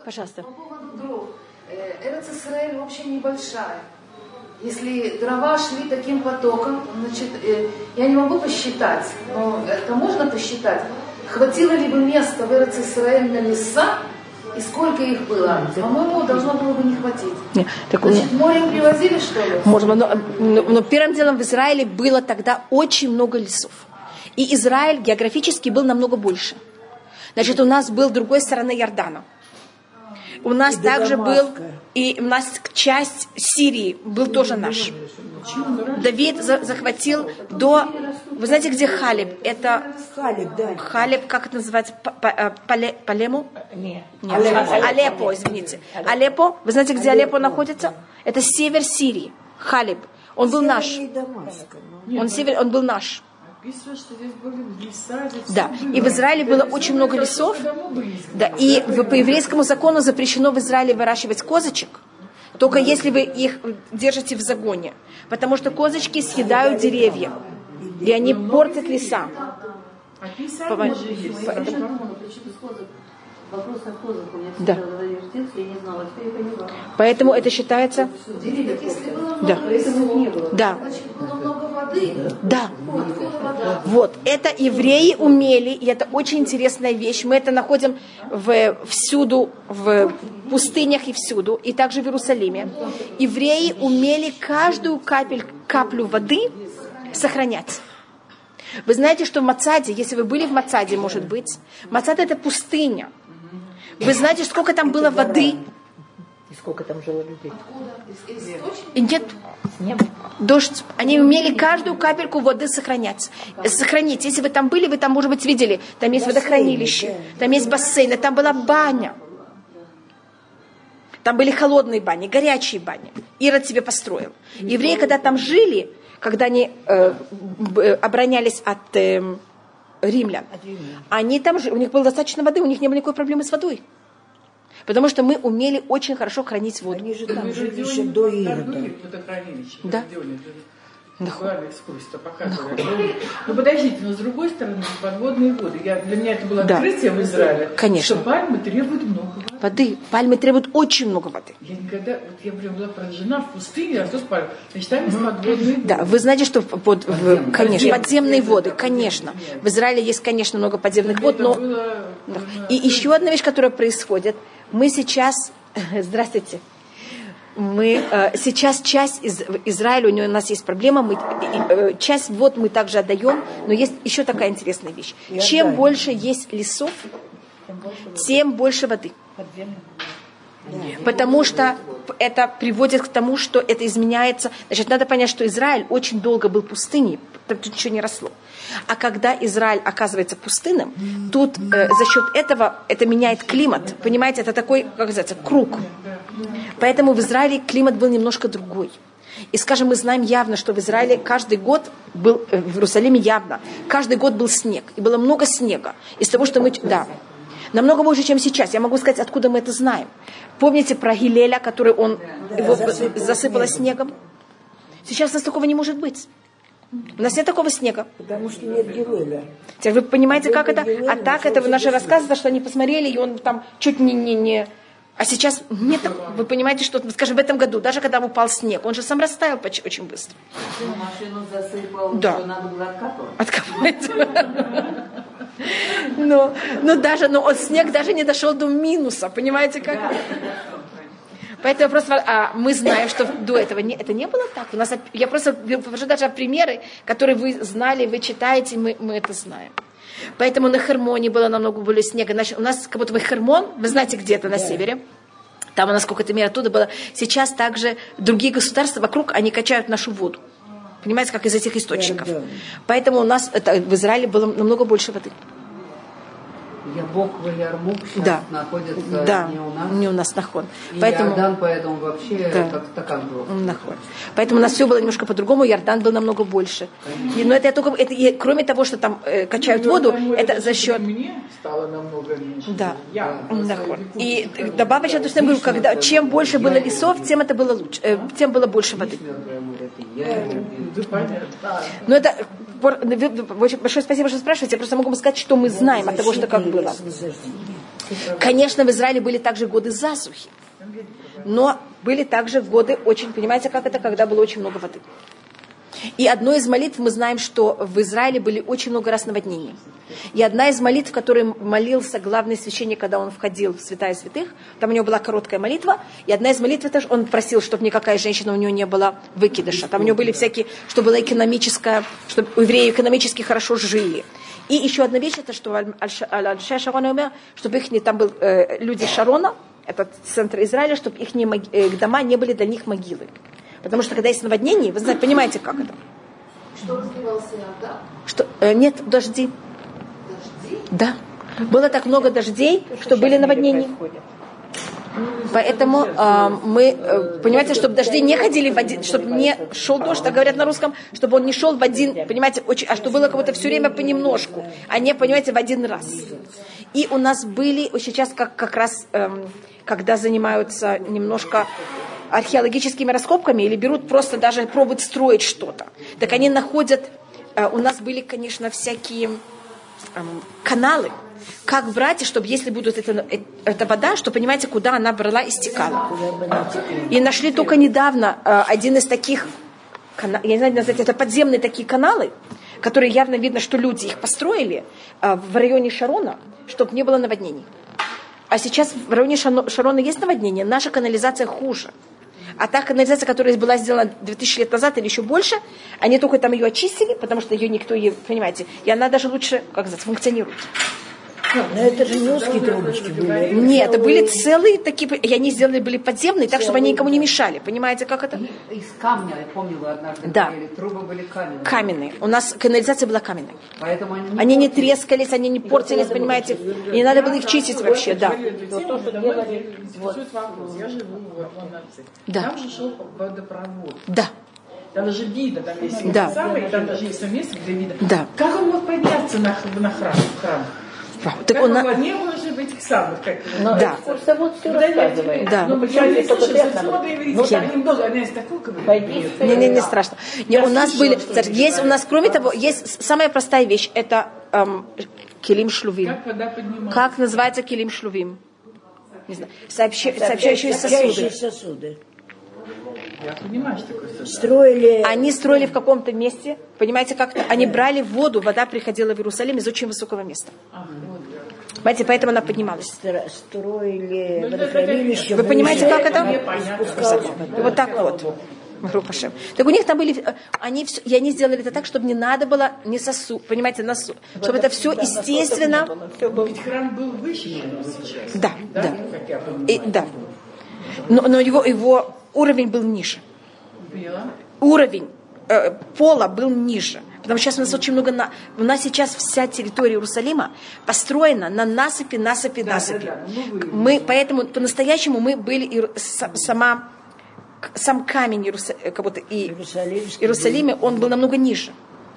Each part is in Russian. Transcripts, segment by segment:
Пожалуйста. По поводу дров. Эрец-Исраэль вообще небольшая. Если дрова шли таким потоком, значит, я не могу посчитать, но это можно посчитать. Хватило ли бы места в Эрец-Исраэль на леса, и сколько их было? По-моему, должно было бы не хватить. Нет, так, значит, морем привозили, что ли? Можно, но первым делом в Израиле было тогда очень много лесов. И Израиль географически был намного больше. Значит, у нас был с другой стороны Иордана. У нас и также был, и у нас часть Сирии был тоже наш. Давид захватил до... Вы знаете, где Халеб? Это Халеб, да. Халеб, как это называется? Палему? Нет. Алеппо, извините. Алеппо. Вы знаете, где Алеппо находится? Это север Сирии. Халеб. Он был наш. Он был наш. Да, и в Израиле было очень много лесов. Да, и по еврейскому закону запрещено в Израиле выращивать козочек, только если вы их держите в загоне, потому что козочки съедают деревья, и они портят леса. Вопрос о козах у меня да. вертелся, я не знала, что я поняла. Поэтому это считается... Да. Да. Да. Вот. Это евреи умели, и это очень интересная вещь. Мы это находим всюду, в пустынях и всюду, и также в Иерусалиме. Евреи умели каждую каплю воды сохранять. Вы знаете, что в Мацаде, если вы были в Мацаде, может быть, Мацад — это пустыня. Вы знаете, сколько там было воды? И сколько там жило людей? И нет. Дождь. Они умели каждую капельку воды сохранять. Сохранить. Если вы там были, вы там, может быть, видели. Там есть водохранилище, там есть бассейн, там была баня. Там были холодные бани, горячие бани. Ирод себе построил. Евреи, когда там жили, когда они оборонялись от римлян, они там жили, у них было достаточно воды, у них не было никакой проблемы с водой. Потому что мы умели очень хорошо хранить воду. Они же там жили еще до Ирода. Да. Ну подождите, но с другой стороны, подводные воды. Для меня это было открытие в Израиле. Конечно. Что пальмы требуют много воды. Пальмы требуют очень много воды. Я прям была поражена в пустыне, а тут пальмы. Значит, там есть подводные воды. Да, вы знаете, что конечно, подземные воды, конечно. В Израиле есть, конечно, много подземных вод, но... И еще одна вещь, которая происходит. Мы сейчас... Здравствуйте. Мы сейчас часть из Израиля, у нас есть проблема, часть вод мы также отдаем, но есть еще такая интересная вещь. Чем больше есть лесов, тем больше воды. Потому что это приводит к тому, что это изменяется. Значит, надо понять, что Израиль очень долго был пустыней, тут ничего не росло. А когда Израиль оказывается пустынным, тут за счет этого это меняет климат. Понимаете, это такой, как называется, круг. Поэтому в Израиле климат был немножко другой. И, скажем, мы знаем явно, что в Израиле каждый год был, в Иерусалиме явно, каждый год был снег. И было много снега. Из того, что мы... Да. Намного больше, чем сейчас. Я могу сказать, откуда мы это знаем. Помните про Гилеля, который его засыпало снегом? Сейчас у нас такого не может быть. У нас нет такого снега. Потому что нет Гилеля. Теперь вы понимаете, как это? А так, это наши рассказы, что они посмотрели, и он там чуть не... А сейчас нет, вы понимаете, что, скажем, в этом году, даже когда упал снег, он же сам растаял очень быстро. Машину засыпал, да. Что надо было откапывать. Но снег даже не дошел до минуса, понимаете, как? Поэтому просто мы знаем, что до этого это не было так. Я просто покажу даже примеры, которые вы знали, вы читаете, мы это знаем. Поэтому на Хермоне было намного более снега. Значит, у нас как будто бы Хермон, вы знаете, где-то на севере. Там у нас сколько-то мер оттуда было. Сейчас также другие государства вокруг, они качают нашу воду. Понимаете, как из этих источников. Поэтому у нас в Израиле было намного больше воды. Ябок и Ярмук сейчас находятся не у нас нахон. И Иордан, поэтому вообще как был. Поэтому у нас все было немножко по-другому, Иордан был намного больше. Но это только, кроме того, что там качают воду, это за счет... стало намного меньше. Да. И добавочно, то, что я говорю, чем больше было лесов, тем это было лучше, тем было больше воды. Но это... Большое спасибо, что спрашиваете. Я просто могу сказать, что мы знаем от того, что как было. Конечно, в Израиле были также годы засухи, но были также годы очень, понимаете, как это, когда было очень много воды. И одной из молитв мы знаем, что в Израиле были очень много раз наводнений. И одна из молитв, в которой молился главный священник, когда он входил в святая святых, там у него была короткая молитва, и одна из молитв, это он просил, чтобы никакая женщина у него не была выкидыша. Там у него были всякие, чтобы была экономическая, чтобы евреи экономически хорошо жили. И еще одна вещь, это что Аль-Шай Шарона умер, чтобы их там был люди Шарона, это центр Израиля, чтобы их дома не были для них могилы. Потому что когда есть наводнение, вы знаете, понимаете, как это? Что разливался Иордан? Нет, дожди. Дожди? Да. Было так много дождей, что были наводнения. Поэтому мы, понимаете, чтобы дожди не ходили в один, чтобы не шел дождь, так говорят на русском, чтобы он не шел в один, понимаете, а чтобы было как будто все время понемножку, а не, понимаете, в один раз. И у нас были сейчас как раз, когда занимаются немножко археологическими раскопками или берут просто даже пробуют строить что-то, так они находят, у нас были, конечно, всякие каналы, как брать, чтобы если будут эта вода, что понимаете, куда она брала и стекала. И нашли только недавно один из таких, я не знаю, назвать это подземные такие каналы, которые явно видно, что люди их построили в районе Шарона, чтобы не было наводнений. А сейчас в районе Шарона есть наводнение, наша канализация хуже. А та канализация, которая была сделана 2000 лет назад или еще больше, они только там ее очистили, потому что ее никто, понимаете, и она даже лучше, как сказать, функционирует. Но это же не узкие трубочки были. Нет, это были целые такие, и они сделали были подземные, так, чтобы они никому не мешали. Понимаете, как это? Из камня, я помню, вы однажды говорили, трубы были каменные. Каменные. У нас канализация была каменная. Поэтому они не трескались, они не портились, понимаете. И не надо было их чистить вообще, да. Я живу в Ланарце. Да. Там же шел водопровод. Да. Там даже видно, там есть да. самое, там даже есть место, где видно. Да. Как он мог подняться на храм? Так как он не было же в этих самых, как да. Курсовод все рассказывает. Да. Ну, я не слышу, не страшно. У нас были, есть у нас, кроме того, есть самая простая вещь, это килим шлувим. Как называется килим шлувим? Не знаю. Сообщающие сосуды. Я понимаю, что такое. Они строили в каком-то месте, понимаете, как-то они брали воду, вода приходила в Иерусалим из очень высокого места. Понимаете, поэтому она поднималась. Строили водохранилище. Вы понимаете, как это? Вот так вот. Так у них там были, и они сделали это так, чтобы не надо было не сосуд, понимаете, чтобы это все естественно. Ведь храм был выше, чем сейчас. Да. Да. Но его уровень был ниже. Уровень пола был ниже. Потому что сейчас у нас очень много... У нас сейчас вся территория Иерусалима построена на насыпи. Поэтому по-настоящему мы были... Сам камень Иерусалима, он был намного ниже.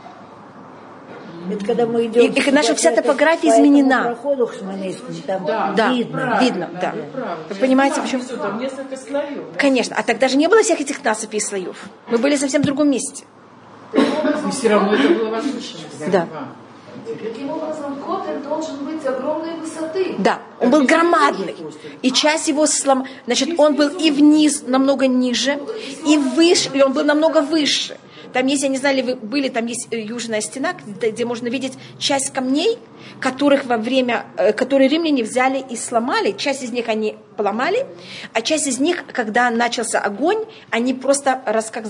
Это когда мы идем... И наша вся топография изменена. Да, видно. Вы понимаете, почему? Там несколько слоев. Конечно. А тогда же не было всех этих насыпей и слоев. Мы были совсем в другом месте. И все равно это было возвышенность. Да. Таким образом, Котель должен быть огромной высоты. Да, он был громадный. И часть его значит, он был и вниз намного ниже, и выше, и он был намного выше. Там есть, я не знаю, ли вы были, там есть южная стена, где можно видеть часть камней, которые римляне взяли и сломали. Часть из них они поломали, а часть из них, когда начался огонь, они просто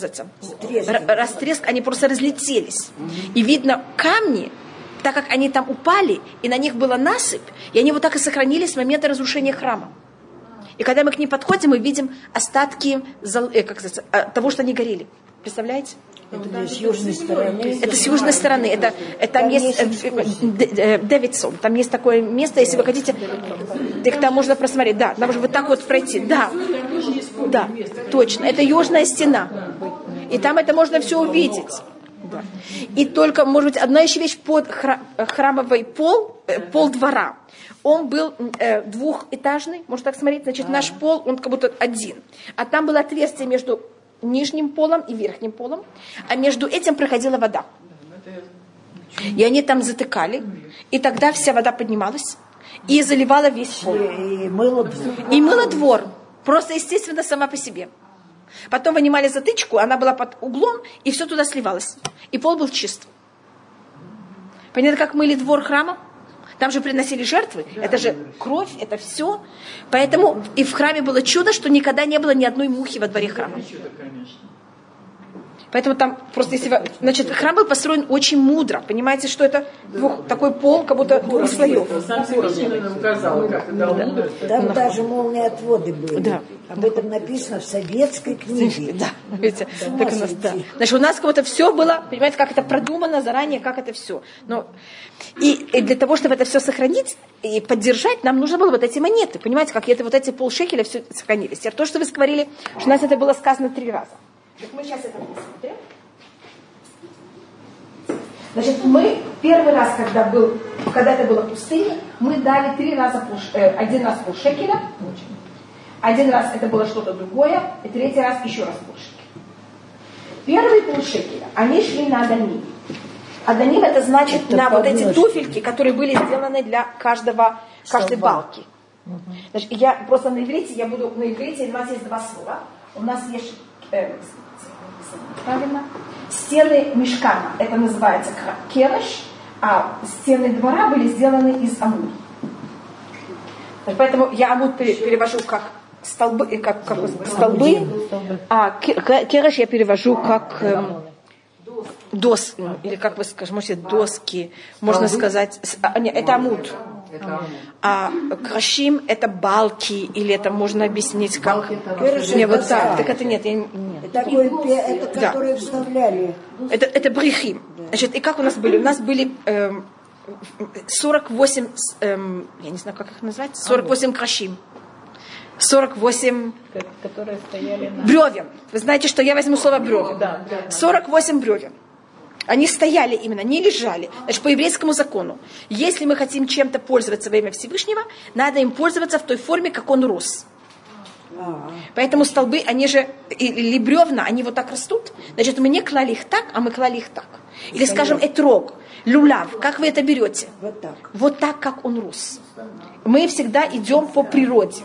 они просто разлетелись. И видно камни, так как они там упали, и на них была насыпь, и они вот так и сохранились с момента разрушения храма. И когда мы к ним подходим, мы видим остатки того, что они горели. Представляете? Это с южной стороны. Это с южной стороны. Там есть Дэвидсон. Там есть такое место, если вы хотите, так там можно просмотреть. Да, там можно вот так вот пройти. Да, точно. Это южная стена. И там это можно все увидеть. Да. И только, может быть, одна еще вещь под храмовый пол двора. Он был двухэтажный, можно так смотреть. Значит, наш пол, он как будто один. А там было отверстие между нижним полом и верхним полом, а между этим проходила вода. И они там затыкали, и тогда вся вода поднималась. и заливала весь пол. И мыло двор. И мыла двор. Просто, естественно, сама по себе. Потом вынимали затычку, она была под углом, и все туда сливалось. И пол был чист. Понятно, как мыли двор храма? Там же приносили жертвы. Это же кровь, это все. Поэтому и в храме было чудо, что никогда не было ни одной мухи во дворе храма. Поэтому там просто, если вы... Значит, храм был построен очень мудро. Понимаете, что это такой пол, как будто двух слоев. Сам Всевышний указал, как это дал мудрость. Там даже молнии отводы были. Да. Об этом написано в советской книге. Да, видите, так у нас, да. Значит, у нас как будто все было, понимаете, как это продумано заранее, как это все. Но, и для того, чтобы это все сохранить и поддержать, нам нужно было вот эти монеты. Понимаете, как это вот эти полшекеля все сохранились. Теперь то, что вы говорили, что у нас это было сказано 3 раза. Мы сейчас это посмотрим. Значит, мы первый раз, когда это было пустыня, мы дали 3 раза, 1 раз полшекеля, один раз это было что-то другое, и 3-й раз еще раз полшекеля. Первые полшекеля, они шли на Аданим. Аданим это значит это на вот эти туфельки, которые были сделаны для каждой балки. Значит, я просто на иврите, у нас есть 2 слова. У нас есть правильно. Стены мишкана, это называется кереш, а стены двора были сделаны из амуд. Поэтому я амуд перевожу как столбы, столбы, а кереш я перевожу как доски, или как вы скажете, может, доски, можно сказать, нет, это амуд. А крашим это балки, или это можно объяснить как... Не, вот так. Так это нет. Это которые вставляли. Это брихим. Значит, и как у нас были? У нас были 48, я не знаю, как их назвать, 48 крашим. 48 которые стояли на... бревен. Вы знаете, что я возьму слово бревен. 48 бревен. Они стояли именно, не лежали. Значит, по еврейскому закону, если мы хотим чем-то пользоваться во имя Всевышнего, надо им пользоваться в той форме, как он рос. Поэтому столбы, они же, или бревна, они вот так растут. Значит, мы не клали их так, а мы клали их так. Или, скажем, этрог, люлав. Как вы это берете? Вот так. Вот так, как он рос. Мы всегда идем по природе.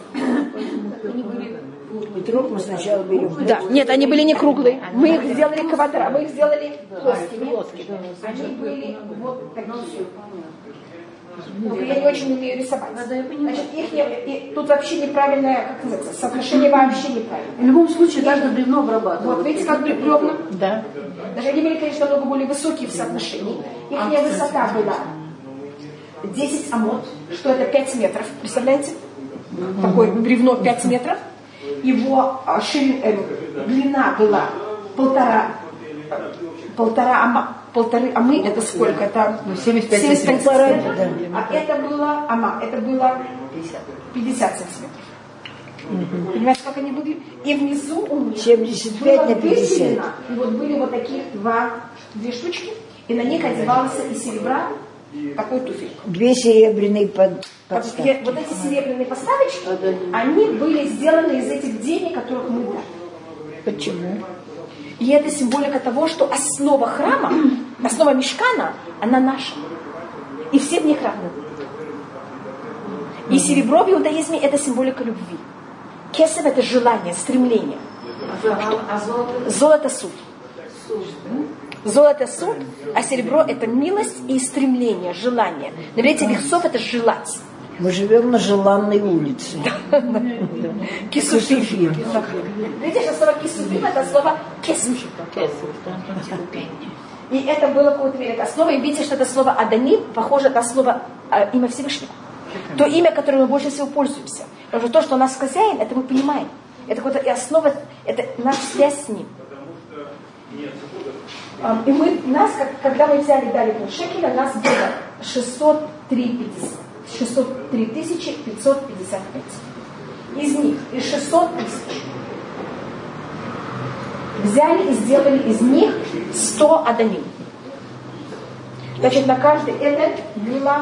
Этрог мы сначала берем. Да, нет, они были не круглые. Мы их сделали квадрат, мы их сделали плоскими. Они были вот такие. Я не очень умею рисовать. Значит, тут вообще неправильное, как называется, соотношение вообще неправильное. В любом случае, каждое бревно обрабатывает. Вот видите, как бревна? Да. Даже они были, конечно, много более высокие в соотношении. Их высота была 10 амот, что это 5 метров. Представляете? Такое бревно 5 метров. Его длина была полторы амы, это сколько? Это 75 сантиметров. А это было ама, это было 50 сантиметров. Понимаете, как они были? И внизу у них 75 на 50. И вот были вот таких две штучки, и на них одевался из серебра такой туфель. 2 серебряные подставки. Вот эти серебряные поставочки, они были сделаны из этих денег, которых мы дали. Почему? И это символика того, что основа храма, основа мишкана, она наша. И все в них равны. И серебро в иудаизме это символика любви. Кесев это желание, стремление. Золото суд. Золото суд, а серебро это милость и стремление, желание. На иврите лихсов это желать. Мы живем на желанной улице. Кисуфим. Видите, что слово кисуфим это слово кесуф. И это было какое-то время основа. И видите, что это слово Аданим похоже на слово имя Всевышнего. То имя, которым мы больше всего пользуемся. Потому что то, что у нас хозяин, это мы понимаем. Это какая-то и основа, это наша связь с ним. И когда мы взяли, дали полшекеля, нас было 603 555. Из них, из 600 тысяч, взяли и сделали из них 100 аданим. Значит, на каждый это было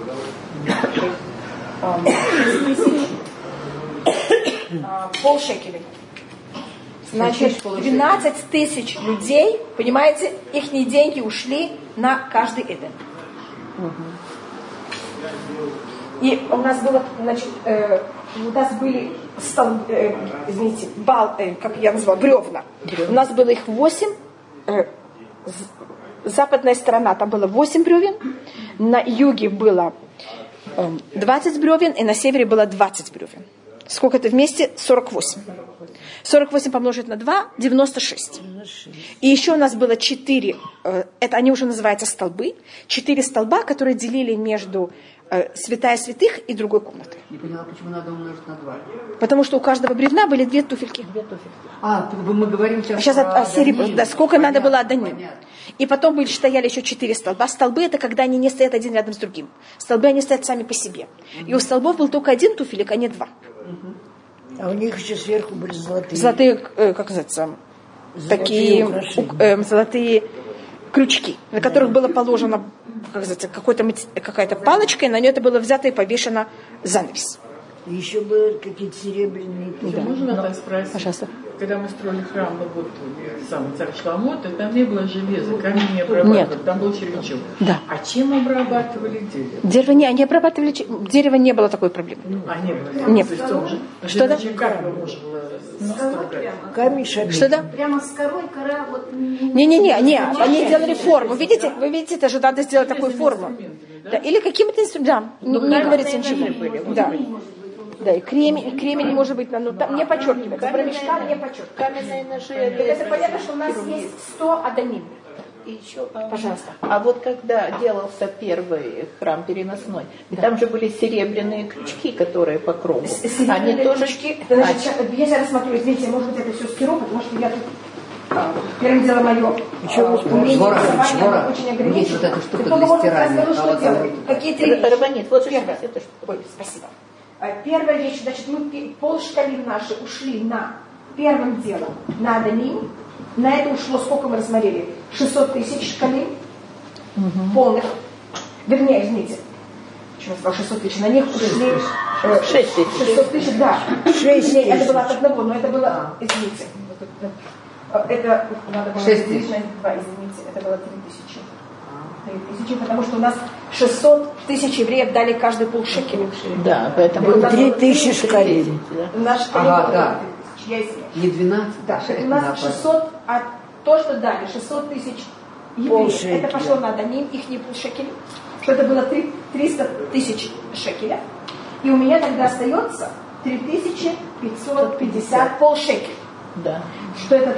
6 полшекеля. Значит, 12 тысяч людей, понимаете, их деньги ушли на каждый эден. И у нас было, значит, у нас были как я назвала, бревна. У нас было их 8. Западная сторона, там было 8 бревен. На юге было 20 бревен, и на севере было 20 бревен. Сколько это вместе? 48. 48 помножить на 2, 96. И еще у нас было 4, это они уже называются столбы, 4 столба, которые делили между святая святых и другой комнатой. Не поняла, почему надо умножить на 2. Потому что у каждого бревна были 2 туфельки. Мы говорим сейчас о серебро, да, сколько понятно, надо было отданим. И потом стояли еще 4 столба. Столбы — это когда они не стоят один рядом с другим. Столбы, они стоят сами по себе. И у столбов был только 1 туфелек, а не 2. А у них еще сверху были золотые. Золотые, как называется, такие золотые крючки, на которых было положено, как называется, какая-то палочка, и на нее это было взято и повешено занавес. И еще были какие-то серебряные. Да. Можно так спросить? Пожалуйста. Когда мы строили храм, сам царь Шломо, то там не было железа, камень не обрабатывали, там был червячок. Да. А чем обрабатывали дерево? Дерево они обрабатывали, дерево не было такой проблемы. Не было. Нет. Что да? Как можно было строгать? Камень шагнет. Что да? Прямо с корой кора вот... Не, они делали форму. Видите, вы видите, это же надо сделать такую форму. Да, или какими-то инструментами. Да, не говорится ничего. Да. Да, и кремень может быть, но там не подчеркивается. Про мешкан не подчеркивается. Каменные ножи. Это понятно, что у нас есть 100 аданим. И еще, пожалуйста. А вот когда делался первый храм переносной, да. Там же были серебряные крючки, которые по кругу. Серебряные они тоже... крючки. Значит, я сейчас рассмотрю, извините, может быть, это все стиру, потому что я тут... Первым делом мое умение рисования очень ограничено. Есть вот эта штука для стирания. Какие-то... Рабанит, вот это. Ой, спасибо. Первая вещь, значит, мы полшкалим наши ушли на первым делом, на аданим. На это ушло, сколько мы рассмотрели? 600 тысяч шкалим полных. Вернее, извините, почему я сказала 600 тысяч? На них ушли 6 тысяч. 600 тысяч, да. 6 тысяч. Это было от одного, но это было, извините. Это надо было разделить на 2, извините, это было 3000. 3000, потому что у нас 600 тысяч евреев дали каждый полшекеля. Да, поэтому 3000 шкалин. Наш да. 3000, не 12. Да, у нас 600, а то, что дали, 600 тысяч евреев, это пошло на даним, их не полшекеля, что это было 300 тысяч шекеля. И у меня тогда остается 3550 полшекеля. Да. Что это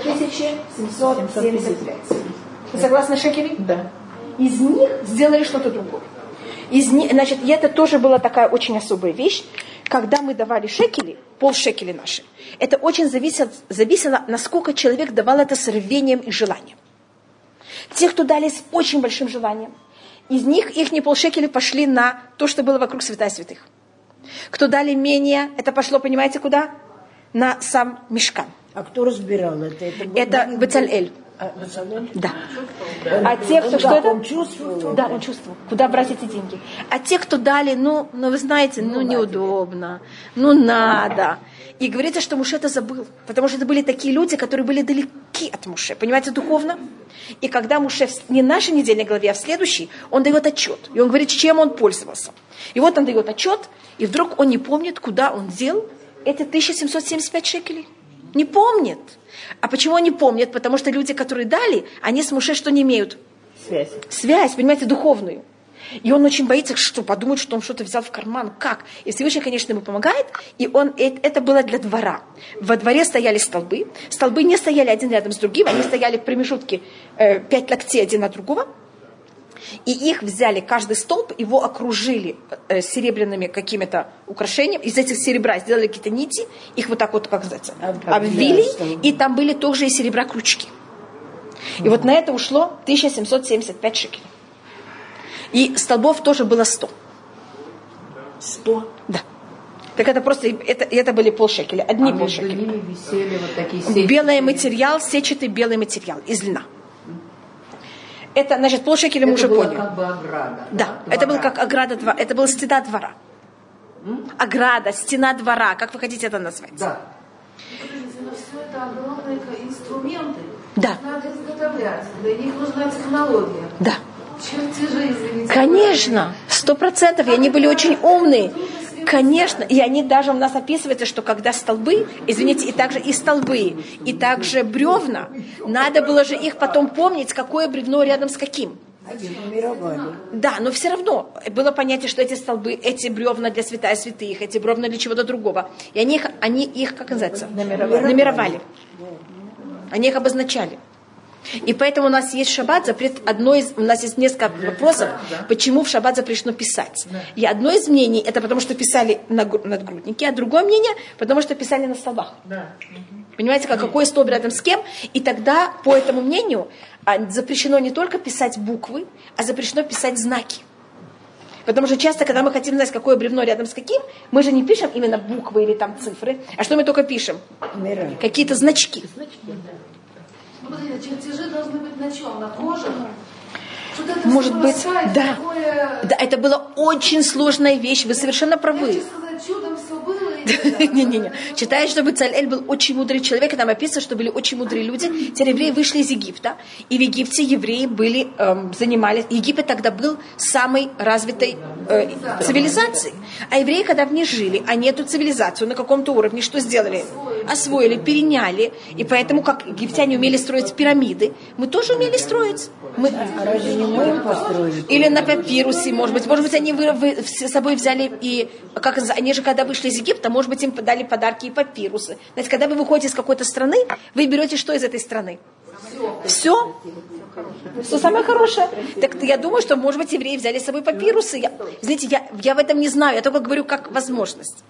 1775. Вы согласны, шекели? Да. Из них сделали что-то другое. Значит, и это тоже была такая очень особая вещь. Когда мы давали шекели, полшекели наши, это очень зависело, насколько человек давал это с рвением и желанием. Те, кто дали с очень большим желанием, из них их не полшекели пошли на то, что было вокруг святая святых. Кто дали менее, это пошло, понимаете, куда? На сам мишкан. А кто разбирал это? Это Бецалель. Да. А те, кто что это? Он чувствовал? Да, он чувствовал. Куда брать эти деньги? А те, кто дали, ну вы знаете, неудобно, надо. И говорится, что Моше это забыл. Потому что это были такие люди, которые были далеки от Моше. Понимаете, духовно? И когда Моше, не в нашей недельной главе, а в следующей, он дает отчет. И он говорит, чем он пользовался. И вот он дает отчет, и вдруг он не помнит, куда он дел эти 1775 шекелей. Не помнит. А почему они помнят? Потому что люди, которые дали, они с Моше что не имеют? Связь, понимаете, духовную. И он очень боится, что подумают, что он что-то взял в карман. Как? И Всевышний, конечно, ему помогает. И это было для двора. Во дворе стояли столбы. Столбы не стояли один рядом с другим. Они стояли в промежутке 5 локтей один от другого. И их взяли, каждый столб, его окружили серебряными какими-то украшениями. Из этих серебра сделали какие-то нити, их вот так вот, как называется, обвили, и там были тоже и серебра крючки. И вот на это ушло 1775 шекелей. И столбов тоже было 100. 100? Да. Так это просто, это были полшекеля, одни полшекеля. Между ними висели вот такие сетчатые. Белый материал, сетчатый белый материал из льна. Это, значит, полшекеля мы уже поняли. Это была как бы ограда. Да, это было как ограда двора, это была стена двора. Ограда, стена двора, как вы хотите это назвать? Да. Но все это огромные инструменты. Да. Надо изготовлять. Для них нужна технология. Да. Чертежи, извините. Конечно. 100%, и они были очень умные. Конечно, и они даже у нас описывается, что когда столбы, извините, и также и столбы, и также бревна, надо было же их потом помнить, какое бревно рядом с каким. Да, но все равно было понятие, что эти столбы, эти бревна для святая святых, эти бревна для чего-то другого. И они их как называется? Номеровали. Они их обозначали. И поэтому у нас есть в шаббат запрет, у нас есть несколько вопросов, почему в шаббат запрещено писать. И одно из мнений, это потому что писали на надгруднике, а другое мнение, потому что писали на столбах. Понимаете, какой столб рядом с кем? И тогда, по этому мнению, запрещено не только писать буквы, а запрещено писать знаки. Потому что часто, когда мы хотим знать, какое бревно рядом с каким, мы же не пишем именно буквы или там цифры, а что мы только пишем? Какие-то значки. Ну, подождите, чертежи должны быть на чем? На коже? Может быть, да. Да, это была очень сложная вещь, вы совершенно правы. Я хочу сказать, чудом все было. Не-не-не. Читает, что Бецалель был очень мудрый человек, и там описано, что были очень мудрые люди. Те евреи вышли из Египта, и в Египте евреи занимались... Египет тогда был самой развитой цивилизацией. А евреи, когда в ней жили, они эту цивилизацию на каком-то уровне что сделали? Освоили, переняли. И поэтому, как египтяне умели строить пирамиды, мы тоже умели строить. А разве не мы им построили? Или на папирусе, может быть, они с собой взяли и, они же когда вышли из Египта, может быть, им дали подарки и папирусы. Знаете, когда вы выходите из какой-то страны, вы берете что из этой страны? Все. Все самое хорошее. Так я думаю, что, может быть, евреи взяли с собой папирусы. Знаете, я в этом не знаю, я только говорю как возможность.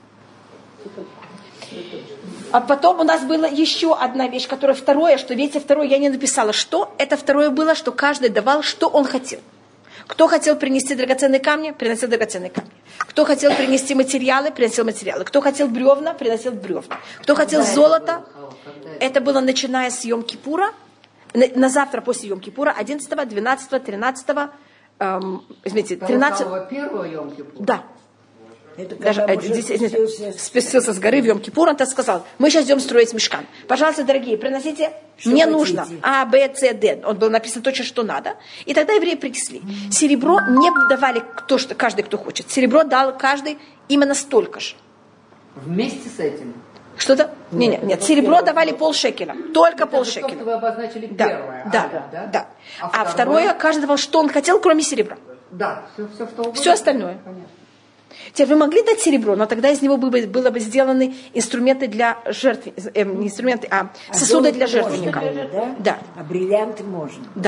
А потом у нас была еще одна вещь, которая второе, что видите, второе я не написала, что. Это второе было, что каждый давал, что он хотел. Кто хотел принести драгоценные камни, приносил драгоценные камни. Кто хотел принести материалы, приносил материалы. Кто хотел бревна, приносил бревна. Кто хотел золото, это было начиная с Йом-Кипура, на завтра после Йом-Кипура, 11, 12, 13, извините, 13. Первого Йом-Кипура? Да. Даже спустился с горы в Йом-Кипур, он так сказал, мы сейчас идем строить мишкан. Пожалуйста, дорогие, приносите, что мне хотите? Нужно А, Б, С, Д. Он был написан точно, что надо. И тогда евреи принесли. Серебро не давали каждый, кто хочет. Серебро дал каждый именно столько же. Вместе с этим? Что-то? Нет. Серебро давали полшекеля. Только полшекеля. То, что вы обозначили первое. Да. А второе, каждый давал, что он хотел, кроме серебра. Да, все что угодно. Все остальное. Понятно. Теперь вы могли дать серебро, но тогда из него было бы сделаны инструменты для жертв, не инструменты, а сосуды для жертвенника. Да? А бриллианты можно. Да.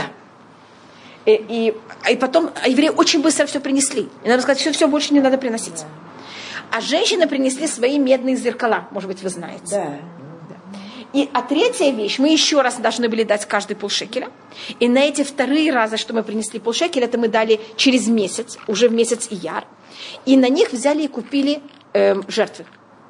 И потом евреи очень быстро все принесли. И надо сказать, все больше не надо приносить. А женщины принесли свои медные зеркала, может быть, вы знаете. Да. А третья вещь, мы еще раз должны были дать каждый полшекеля. И на эти вторые разы, что мы принесли полшекеля, это мы дали через месяц, уже в месяц Ияр. И на них взяли и купили жертвы.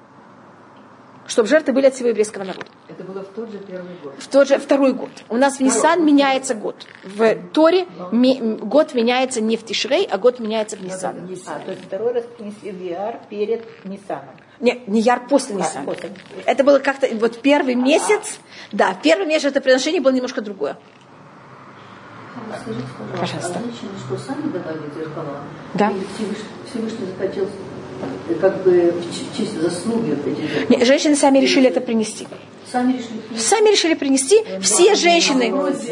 Чтобы жертвы были от всего еврейского народа. Это было в тот же первый год? В тот же второй год. У нас в Нисан меняется год. В Торе год меняется не в Тишрей, а год меняется в Нисан. То есть второй раз принесли в Ияр перед Нисаном. Нет, не Яр после Нисана. Это было как-то, вот первый месяц, первый месяц это приношение было немножко другое. Скажите, пожалуйста. А женщины что, сами давали зеркала? Да. Или Всевышний захотел как бы в честь заслуги эти зеркала? Нет, женщины сами решили это принести. Сами решили принести. Все женщины.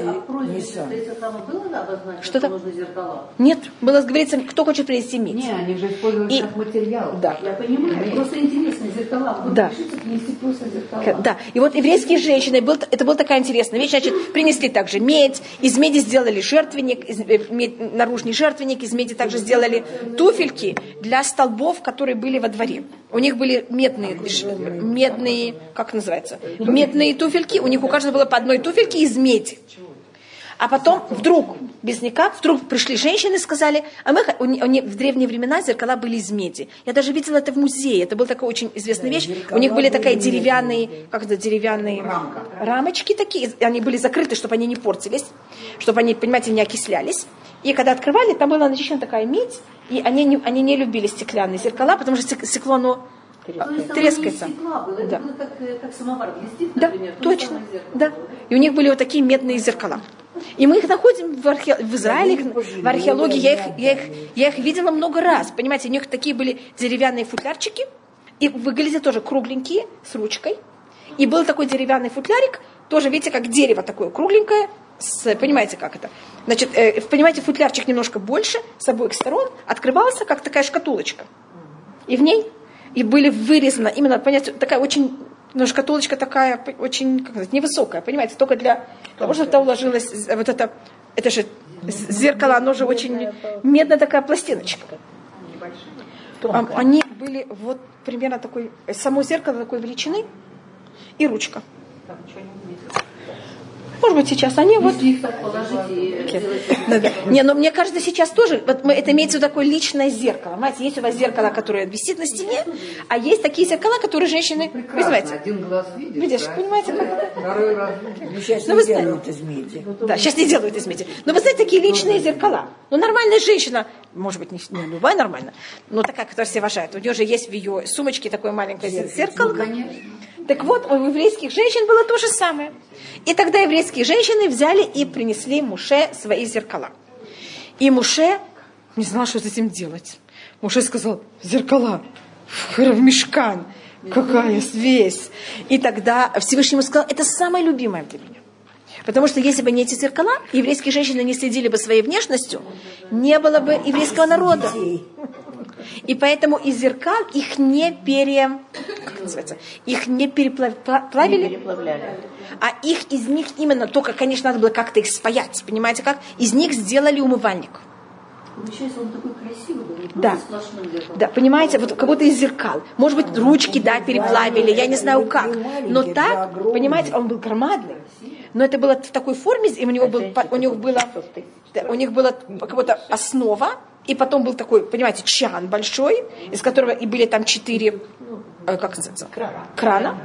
Что-то? Нет, было говорится, кто хочет принести медь. Не, они же используют как материал. Да. Я понимаю, просто интересно, зеркала. Вы решите принести просто зеркала. Да, и вот еврейские женщины, это была такая интересная вещь, значит, принесли также медь, из меди сделали жертвенник, наружный жертвенник, из меди также сделали туфельки для столбов, которые были во дворе. У них были медные, как называется, медные туфельки, у них у каждого было по одной туфельке из меди. А потом вдруг, без никак, пришли женщины и сказали, в древние времена зеркала были из меди. Я даже видела это в музее, это была такая очень известная вещь. У них были такие деревянные рамочки такие, они были закрыты, чтобы они не портились, чтобы они, понимаете, не окислялись. И когда открывали, там была начищена такая медь, и они не любили стеклянные зеркала, потому что стекло, оно трескается. Это было как самовар блестит, да, например. точно. Да. И у них были вот такие медные зеркала. И мы их находим в Израиле, в археологии. Я их видела много раз. Понимаете, у них такие были деревянные футлярчики. И выглядят тоже кругленькие, с ручкой. И был такой деревянный футлярик, тоже, видите, как дерево такое кругленькое. Понимаете, как это? Значит, понимаете, футлярчик немножко больше, с обоих сторон, открывался, как такая шкатулочка. И в ней и были вырезаны, именно, понимаете, такая очень, ну, шкатулочка такая, очень, как сказать, невысокая, понимаете, только для того, чтобы туда уложилось вот это же зеркало, оно же очень медная такая пластиночка. Они были вот примерно такой, само зеркало такой величины и ручка. Может быть, сейчас они вот... Не, но мне кажется, сейчас тоже, вот это имеется в виду такое личное зеркало. Понимаете, есть у вас зеркало, которое висит на стене, а есть такие зеркала, которые женщины... Понимаете? Один глаз видишь, да? Понимаете, как это? Второй раз. Сейчас не делают из меди. Да, сейчас не делают из меди. Но вы знаете, такие личные зеркала. Ну, нормальная женщина, может быть, не любая нормальная, но такая, которую все уважают. У нее же есть в ее сумочке такое маленькое зеркало. Так вот, у еврейских женщин было то же самое. И тогда еврейские женщины взяли и принесли Моше свои зеркала. И Моше не знал, что с этим делать. Моше сказал: зеркала, в мешкан, какая связь. И тогда Всевышний ему сказал: это самое любимое для меня. Потому что если бы не эти зеркала, еврейские женщины не следили бы своей внешностью, не было бы еврейского народа. И поэтому из зеркал их не переплавили, а их из них именно, только, конечно, надо было как-то их спаять, понимаете как? Из них сделали умывальник. Получается, он такой красивый был, да. Да, понимаете, вот как будто из зеркал. Может быть, ручки, да, переплавили, я не знаю как. Но так, понимаете, он был громадный. Но это было в такой форме, и у них была как будто основа, и потом был такой, понимаете, чан большой, из которого и были там 4, как называется, крана.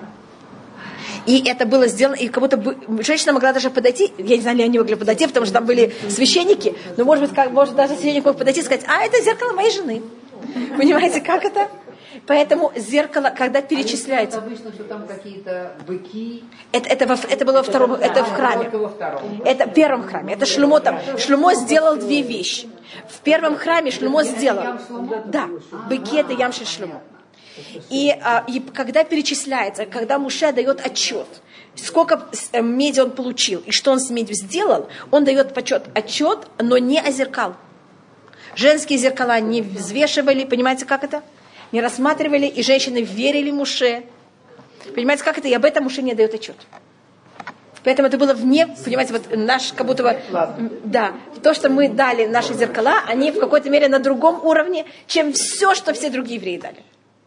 И это было сделано, и как будто женщина могла даже подойти, я не знаю, ли они могли подойти, потому что там были священники, но может быть, может даже священник мог подойти и сказать: а это зеркало моей жены. Понимаете, как это? Поэтому зеркало, когда перечисляется... Обычно, что там какие-то быки. Это было во втором, это в храме. Это в первом храме. Это Шломо там. Шломо сделал 2 вещи. В первом храме Шломо сделал... Да, быки это Ямшель Шломо. И когда перечисляется, когда Моше дает отчет, сколько меди он получил и что он с медью сделал, он дает отчет, но не о зеркал. Женские зеркала не взвешивали, понимаете, как это? Не рассматривали, и женщины верили Моше. Понимаете, как это? И об этом Моше не дает отчет. Поэтому это было вне, понимаете, вот наш, как будто бы, да, то, что мы дали наши зеркала, они в какой-то мере на другом уровне, чем все, что все другие евреи дали.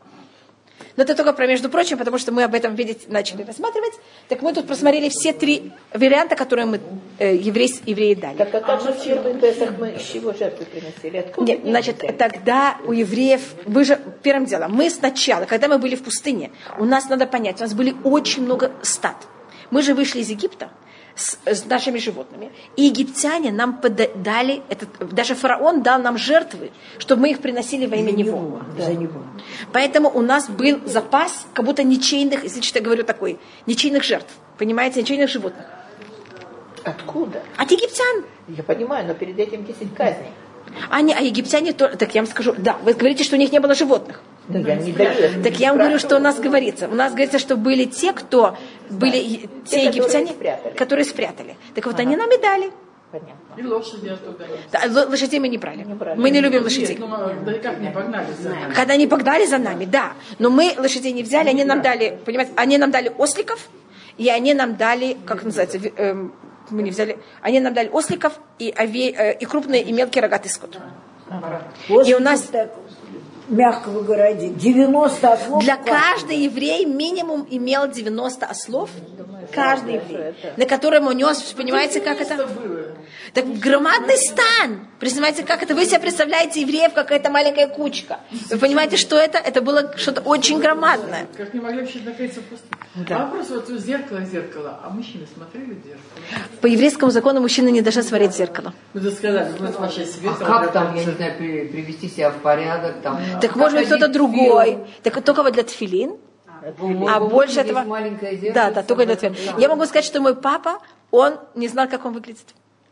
Но это только про между прочим, потому что мы об этом, видите, начали рассматривать. Так мы тут просмотрели все 3 варианта, которые мы евреи дали. Так, а как же в первый Песах мы из чего жертвы приносили? Откуда? Нет, значит, тогда у евреев, вы же, первым делом, мы сначала, когда мы были в пустыне, у нас, надо понять, у нас были очень много стад. Мы же вышли из Египта с нашими животными. И египтяне нам дали, даже фараон дал нам жертвы, чтобы мы их приносили во имя него. За него. Поэтому у нас был запас как будто ничейных, если я говорю такой, ничейных жертв. Понимаете, ничейных животных. Откуда? От египтян. Я понимаю, но перед этим 10 казней. А египтяне, так я вам скажу, да, вы говорите, что у них не было животных. Да, я не даю. Так я вам говорю, что у нас говорится. У нас говорится, что были те, кто были те египтяне, которые спрятали. Так вот, они нам и дали. Понятно. И лошади оттуда. Да, лошадей мы не брали. Мы не любим лошадей. Да и как не погнали за нами? Когда они погнали за нами, да. Но мы лошадей не взяли, они нам дали, понимаете, они нам дали осликов, и они нам дали, как называется, мы не взяли, они нам дали осликов и крупные и мелкие рогатый скот. И у нас... Мягко говоря, 90 ослов. Для каждого еврея минимум имел 90 ослов. Каждый еврей. На котором он нес, понимаете, как это? Так громадный стан. Понимаете, как это? Вы себе представляете евреев, какая-то маленькая кучка. Вы понимаете, что это? Это было что-то очень громадное. Как не могли вообще находиться в пустыне. Да. А вопрос, вот зеркало. А мужчины смотрели в зеркало? По еврейскому закону мужчины не должны смотреть в зеркало. Вы же сказали, вот ваше свет. А как там, я не знаю, привести себя в порядок? Там, так может быть кто-то другой. Так только вот для тфилин. А больше этого... Маленькое зеркало. Да, только для тфилин. Я могу сказать, что мой папа, он не знал, как он выглядит.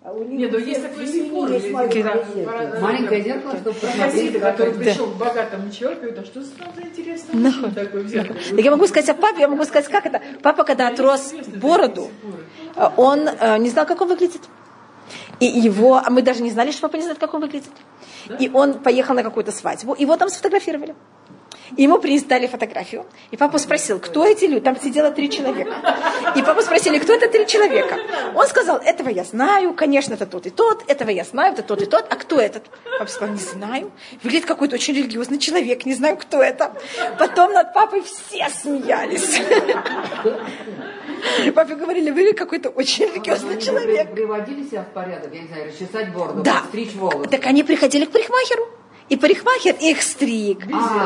Нет, ну есть такой спор. Маленькое зеркало, чтобы посмотреть, который пришел к богатому человеку, это что там за интересный мужчина такой в зеркале? Я могу сказать о папе, я могу сказать, как это. Папа, когда отрос бороду, он не знал, как он выглядит. И его, а мы даже не знали, что папа не знает, как он выглядит. И он поехал на какую-то свадьбу, его там сфотографировали. И ему дали фотографию. И папа спросил, кто эти люди? Там сидело 3 человека. И папу спросили, кто это 3 человека? Он сказал, этого я знаю, конечно, это тот и тот, этого я знаю, это тот и тот. А кто этот? Папа сказал, не знаю. Выглядит какой-то очень религиозный человек, не знаю, кто это. Потом над папой все смеялись. Папе говорили, вы какой-то очень религиозный человек. Приводили себя в порядок, я не знаю, расчесать бороду, да. стричь волосы. Так они приходили к парикмахеру. И парикмахер их стриг.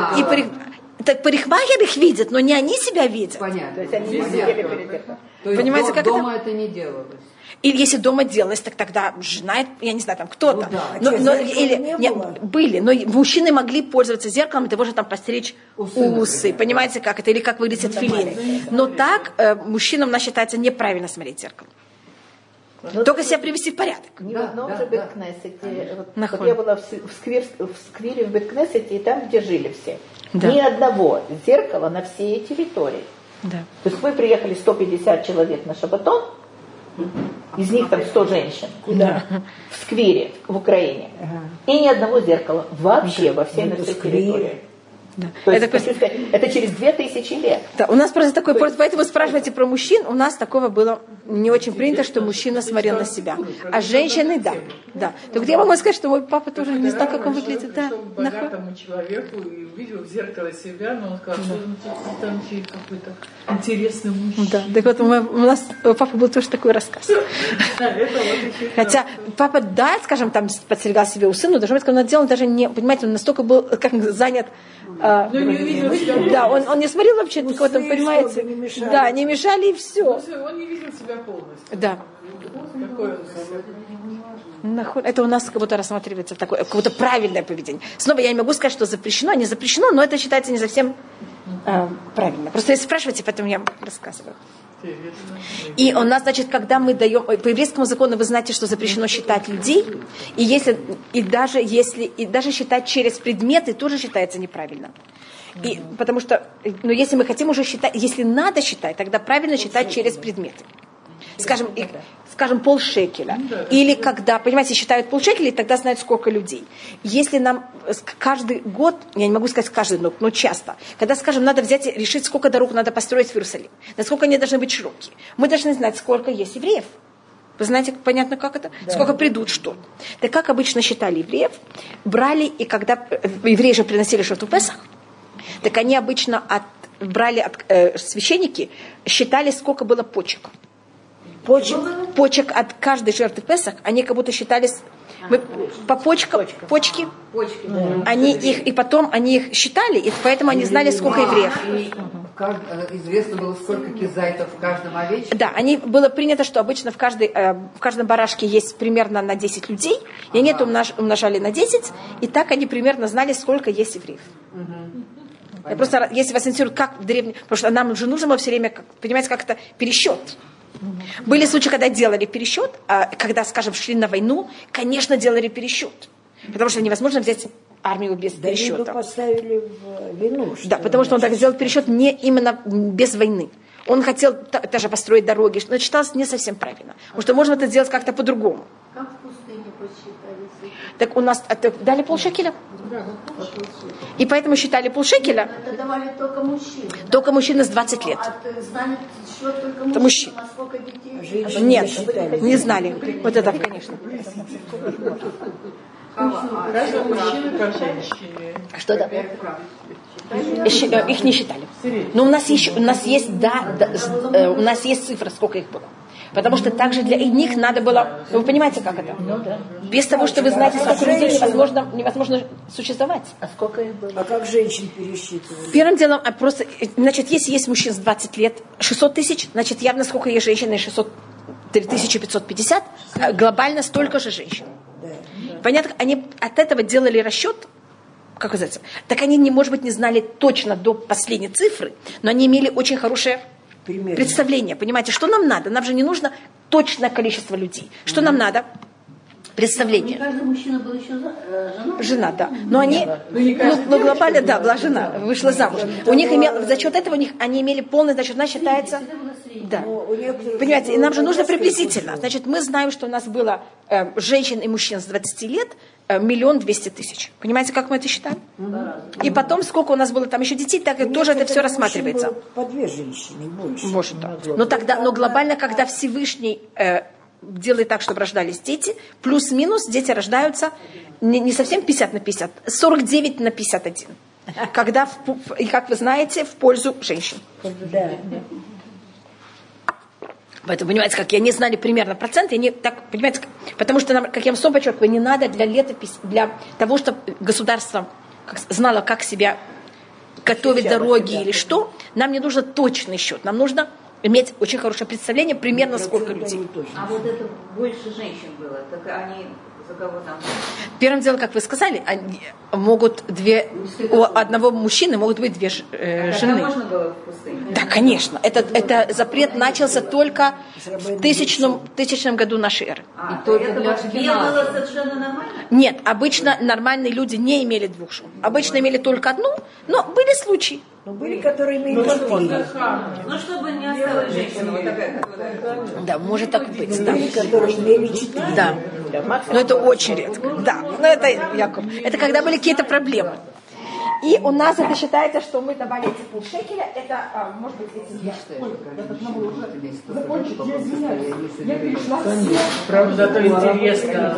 Так парикмахер их видит, но не они себя видят. Понятно. То есть они не сидели перед этим. Понимаете, как дома это не делалось. Или если дома делалось, так тогда жена, я не знаю, там кто-то. Ну, да. Были, но мужчины могли пользоваться зеркалом, того же там постричь усы. Понимаете, как это? Или как выглядят филины. Но так мужчинам, у нас считается неправильно смотреть в зеркало. Только себя привести в порядок. Ни в одном же Бет-Кнессете. Вот я была в сквере в Бет-Кнессете, и там, где жили все. Да. Ни одного зеркала на всей территории. Да. То есть мы приехали 150 человек на шабатон, из них там 100 женщин. Куда? В сквере, в Украине. И ни одного зеркала вообще во всей нашей территории. Да. То есть, это через 2000 лет. Да, у нас просто такой, поэтому спрашивайте про мужчин, у нас такого было не очень принято, что мужчина смотрел на себя. А женщины, да. Да. Так я могу сказать, что мой папа тоже не знал, как он выглядит. Да. К богатому человеку и увидел в зеркало себя, но он сказал, что там какой-то интересный мужчина. Да, так вот у нас у папы был тоже такой рассказ. Хотя папа, да, скажем, там подстригал себе усы, но даже когда он делал, он даже не, понимаете, он настолько был как занят. Ну, не увидел себя. Да, он не смотрел вообще никого там, понимаете. Не мешали. Да, не мешали и все. Он не видел себя полностью. Да. Какой он это у нас как будто рассматривается такое, как будто правильное поведение. Снова я не могу сказать, что запрещено, не запрещено, но это считается не совсем правильно. Просто если спрашиваете, поэтому я рассказываю. И у нас, значит, когда мы даем, по еврейскому закону вы знаете, что запрещено считать людей, и даже считать через предметы тоже считается неправильно. И, потому что, если мы хотим уже считать, если надо считать, тогда правильно считать через предметы. Скажем, полшекеля. Или когда, понимаете, считают полшекеля, и тогда знают, сколько людей. Если нам каждый год, я не могу сказать каждый год, но часто, когда, скажем, надо взять и решить, сколько дорог надо построить в Иерусалим, насколько они должны быть широкие, мы должны знать, сколько есть евреев. Вы знаете, понятно, как это? Да. Сколько придут, что? Так как обычно считали евреев, брали, и когда евреи же приносили жертву Песах, так они обычно священники считали, сколько было почек. Почек от каждой жертвы Песах, они как будто считались по почкам, почки, они их, и потом они их считали, и поэтому они знали, сколько евреев. Известно было, сколько кизайтов в каждом овечке? Да, было принято, что обычно в каждом барашке есть примерно на 10 людей, и они это умножали на 10, и так они примерно знали, сколько есть евреев. Просто, если вас интересует, как в древнем, потому что нам же нужно было все время, понимаете, как это пересчет. Были случаи, когда делали пересчет, а когда, скажем, шли на войну, конечно, делали пересчет. Потому что невозможно взять армию без пересчета. Да, поставили в вину. Да, потому что он так сделал пересчет не именно без войны. Он хотел даже построить дороги, но считалось не совсем правильно. Потому что можно это сделать как-то по-другому. Как в пустыне посчитали? Так у нас дали полшекеля. И поэтому считали полшекеля. Это давали только мужчины. Только мужчины с 20 лет. Знали счет только мужчин. А сколько детей? Нет, не знали. Вот это, конечно. Каждый мужчина, как женщине. Что да? Их не считали. Но у нас есть цифра, сколько их было. Потому что также для них надо было... Вы понимаете, как это? Без того, что вы знаете, сколько людей, невозможно существовать. А сколько их было? А как женщин пересчитывали? Первым делом, просто, значит, если есть мужчин с 20 лет 600 тысяч, значит, явно сколько есть женщин, 3550, глобально столько же женщин. Понятно? Они от этого делали расчет, как называется, так они, может быть, не знали точно до последней цифры, но они имели очень хорошее представление. Понимаете, что нам надо? Нам же не нужно точное количество людей. Что нам надо? представление. Не каждый мужчина был еще жена, да. Но они, глобально, да, была жена, вышла замуж. У них за счет этого они имели полный, значит, она считается... Да. Понимаете, и нам же нужно приблизительно. Значит, мы знаем, что у нас было женщин и мужчин с 20 лет 1 200 000. Понимаете, как мы это считаем? И потом, сколько у нас было там еще детей, так и тоже это все рассматривается. По 2 женщины, больше. Может, да. Но глобально, когда Всевышний делает так, чтобы рождались дети, плюс-минус дети рождаются не совсем 50 на 50, 49 на 51. Когда, и как вы знаете, в пользу женщин. Да. Поэтому, понимаете, как я не знали примерно процент, я не так, понимаете, потому что нам, как я вам снова подчеркиваю, не надо для летописи, для того, чтобы государство знало, как себя готовить дороги или что, нам не нужно точный счет, нам нужно иметь очень хорошее представление, примерно сколько людей. А вот это больше женщин было, так они за кого там? Первым делом, как вы сказали, они могут у одного мужчины могут быть 2 жены. Можно было в пустыне? Да, конечно. Это запрет начался только в 1000 году нашей эры. И только для Ашкеназа. Было совершенно нормально? Нет, обычно нормальные люди не имели 2 жен. Обычно имели только 1, но были случаи. Но были, которые имели 4. Ну, чтобы не осталась женщина вот такая, которая... Да, может так быть. Да. Были, которые имели 4. Да. Но это очень редко. Да. Но это, Яков, это когда были какие-то проблемы. И у нас это считается, что мы давали эти полшекеля. Это, может быть, эти я закончить. Я извиняюсь. Я перешла все. Правда, зато интересно.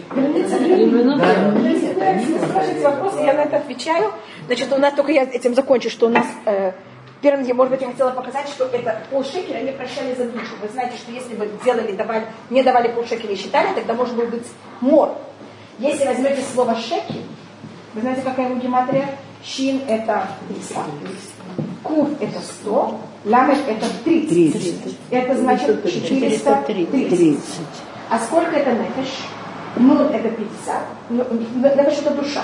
Спрашивайте вопросы, я на это отвечаю. Значит, у нас только я этим закончу, что у нас... Первым, может быть, я хотела показать, что это полшекеля они прощали за душу. Вы знаете, что если бы не давали полшекеля и считали, тогда может быть мор. Если возьмете слово шекель, вы знаете, какая его гематрия? Шин это 300, кув это 100, ламеш это 30. Это значит 430. А сколько это нефеш? Нун это 50. Нефеш это душа.